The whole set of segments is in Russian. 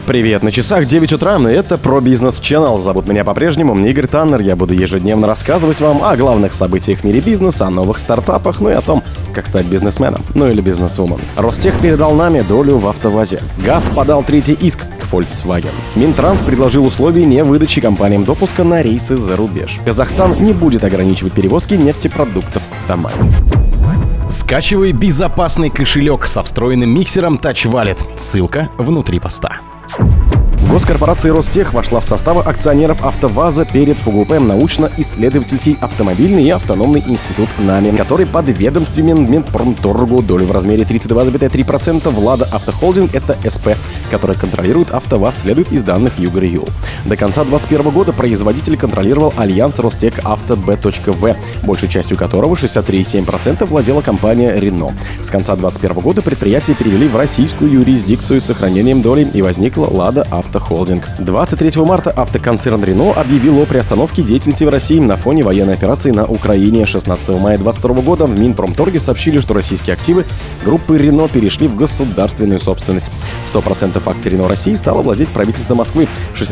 Привет, на часах 9 утра, и это про бизнес Channel. Зовут меня по-прежнему Игорь Таннер. Я буду ежедневно рассказывать вам о главных событиях в мире бизнеса, о новых стартапах, и о том, как стать бизнесменом, или бизнесвумен. Ростех передал нами долю в АвтоВАЗе. ГАЗ подал третий иск к Volkswagen. Минтранс предложил условия невыдачи компаниям допуска на рейсы за рубеж. Казахстан не будет ограничивать перевозки нефтепродуктов в Тамань. Скачивай безопасный кошелек со встроенным миксером Touch Wallet. Ссылка внутри поста. Госкорпорация Ростех вошла в состав акционеров АвтоВАЗа перед ФГУП научно-исследовательский автомобильный и автономный институт НАМИ, который подведомственен Минпромторгу. Долю в размере 32,3% в Лада Автохолдинг, это СП, который контролирует АвтоВАЗ, следует из данных Югора Юл. До конца 2021 года производитель контролировал альянс Ростех Авто Б.В, большей частью которого 63,7% владела компания Renault. С конца 2021 года предприятие перевели в российскую юрисдикцию с сохранением доли, и возникла Лада Автохолдинг. 23 марта автоконцерн Renault объявил о приостановке деятельности в России на фоне военной операции на Украине. 16 мая 2022 года в Минпромторге сообщили, что российские активы группы Renault перешли в государственную собственность. 100% акций Renault России стало владеть правительство Москвы.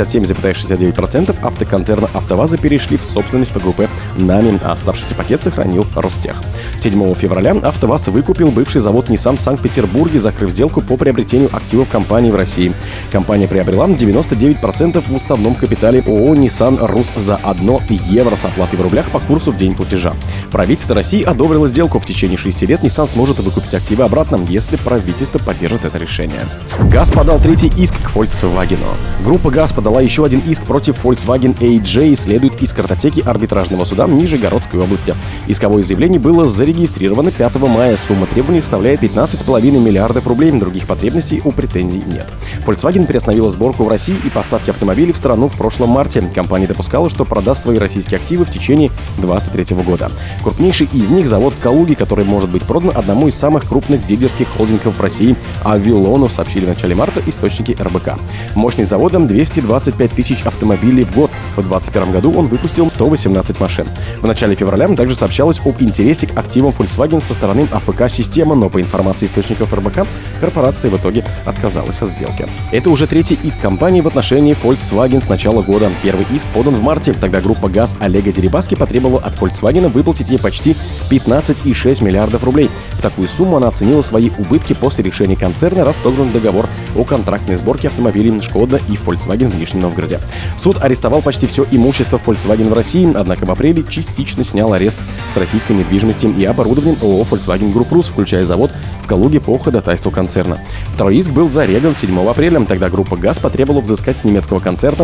67,69% автоконцерна АвтоВАЗа перешли в собственность ФГУП НАМИ, а оставшийся пакет сохранил Ростех. 7 февраля АвтоВАЗ выкупил бывший завод Nissan в Санкт-Петербурге, закрыв сделку по приобретению активов компании в России. Компания приобрела 99% в уставном капитале ООО Nissan Rus за 1 евро с оплатой в рублях по курсу в день платежа. Правительство России одобрило сделку. В течение 6 лет Nissan сможет выкупить активы обратно, если правительство поддержит это решение. ГАЗ подал третий иск к Volkswagen. Группа ГАЗ подала еще один иск против Volkswagen AJ, следует из картотеки арбитражного суда Нижегородской области. Исковое заявление было зарегистрировано 5 мая. Сумма требований составляет 15,5 миллиардов рублей. Других потребностей у претензий нет. Volkswagen приостановила сборку в России и поставки автомобилей в страну в прошлом марте. Компания допускала, что продаст свои российские активы в течение 2023 года. Крупнейший из них — завод в Калуге, который может быть продан одному из самых крупных дилерских холдингов в России — Авилону, сообщили в начале марта источники РБК. Мощность завода — 225 тысяч автомобилей в год. В 2021 году он выпустил 118 машин. В начале февраля также сообщалось об интересе к активам Volkswagen со стороны АФК-система, но по информации источников РБК, корпорация в итоге отказалась от сделки. Это уже третий иск компании в отношении Volkswagen с начала года. Первый иск подан в марте. Тогда группа ГАЗ Олега Дерибаски потребовала от Volkswagen выплатить ей почти 15,6 миллиардов рублей. В такую сумму она оценила свои убытки после решения концерна расторгнуть договор о контрактной сборке автомобилей Шкода и Volkswagen в Нижнем Новгороде. Суд арестовал почти все имущество Volkswagen в России, однако в апреле частично снял арест с российской недвижимости и оборудованием ООО Volkswagen Group Rus, включая завод в Калуге по ходатайству концерна. Второй иск был зареган 7 апреля. Тогда группа ГАЗ потребовала взыскать с немецкого концерна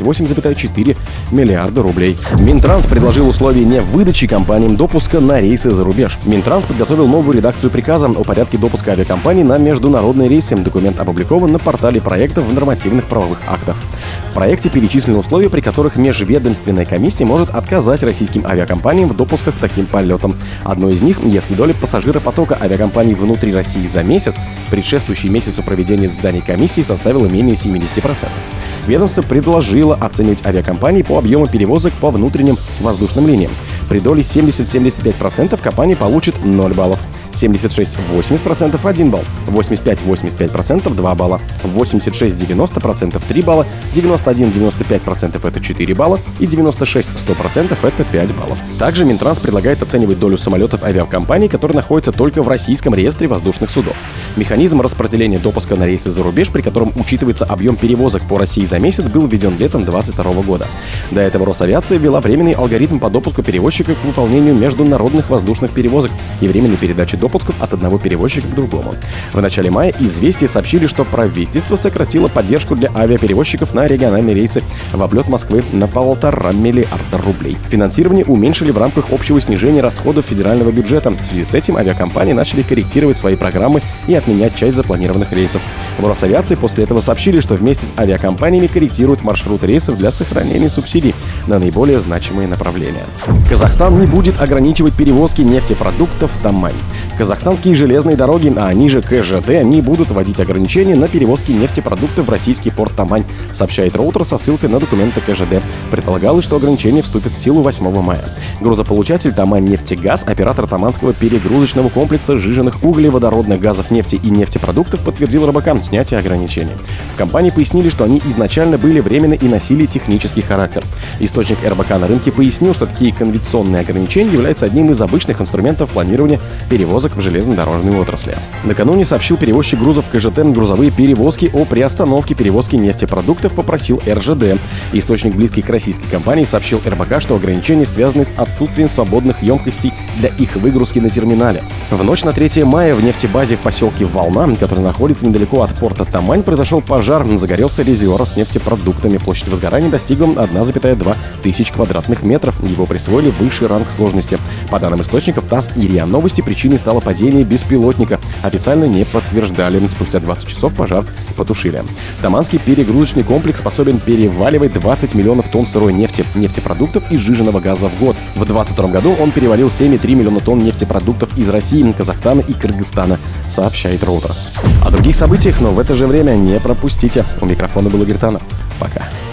28,4 миллиарда рублей. Минтранс предложил условия невыдачи компаниям допуска на рейсы за рубеж. Минтранс подготовил новую редакцию приказа о порядке допуска авиакомпаний на международные рейсы. Документ опубликован на портале проектов в нормативных правовых актах. В проекте перечислены условия, при которых межведомственная комиссия может отказать российским авиакомпаниям в допусках к таким полетам. Одно из них, если доля пассажиропотока авиакомпаний внутри России за месяц, предшествующий месяцу проведения заседаний комиссии, составила менее 70%. Ведомство предложило оценивать авиакомпании по объему перевозок по внутренним воздушным линиям. При доле 70-75% компания получит 0 баллов. 76-80% — 1 балл, 85-85% — 2 балла, 86-90% — 3 балла, 91-95% — это 4 балла и 96-100% — это 5 баллов. Также Минтранс предлагает оценивать долю самолетов авиакомпаний, которые находятся только в российском реестре воздушных судов. Механизм распределения допуска на рейсы за рубеж, при котором учитывается объем перевозок по России за месяц, был введен летом 2022 года. До этого Росавиация ввела временный алгоритм по допуску перевозчика к выполнению международных воздушных перевозок и временной передачи допусков от одного перевозчика к другому. В начале мая «Известия» сообщили, что правительство сократило поддержку для авиаперевозчиков на региональные рейсы в облет Москвы на 1,5 миллиарда рублей. Финансирование уменьшили в рамках общего снижения расходов федерального бюджета. В связи с этим авиакомпании начали корректировать свои программы и отменять часть запланированных рейсов. В Росавиации после этого сообщили, что вместе с авиакомпаниями корректируют маршруты рейсов для сохранения субсидий на наиболее значимые направления. Казахстан не будет ограничивать перевозки нефтепродуктов в Тамань. Казахстанские железные дороги, а они же КЖД, не будут вводить ограничения на перевозки нефтепродуктов в российский порт Тамань, сообщает Reuters со ссылкой на документы КЖД. Предполагалось, что ограничение вступит в силу 8 мая. Грузополучатель «Тамань-нефтегаз», оператор Таманского перегрузочного комплекса сжиженных углеводородных газов, нефти и нефтепродуктов, подтвердил РБК снятие ограничений. В компании пояснили, что они изначально были временны и носили технический характер. Источник РБК на рынке пояснил, что такие конвенционные ограничения являются одним из обычных инструментов планирования перевозок в железнодорожной отрасли. Накануне сообщил перевозчик грузов КЖТ «Грузовые перевозки» о приостановке перевозки нефтепродуктов попросил РЖД. Источник, близкий к российской компании, сообщил РБК, что ограничения связаны с отсутствием свободных емкостей для их выгрузки на терминале. В ночь на 3 мая в нефтебазе в поселке Волна, который находится недалеко от порта Тамань, произошел пожар. Загорелся резервуар с нефтепродуктами. Площадь возгорания достигла 1,2 тысяч квадратных метров. Его присвоили высший ранг сложности. По данным источников ТАСС и РИА Новости, причиной стало падение беспилотника. Официально не подтверждали. Спустя 20 часов пожар потушили. Таманский перегрузочный комплекс способен переваливать 20 миллионов тонн сырой нефти, нефтепродуктов и сжиженного газа в год. В 2022 году он перевалил 7,3 миллиона тонн нефтепродуктов из России, Казахстана и Кыргызстана, сообщает Reuters. О других событиях, но в это же время не пропустите. У микрофона был Игорь Таннер. Пока.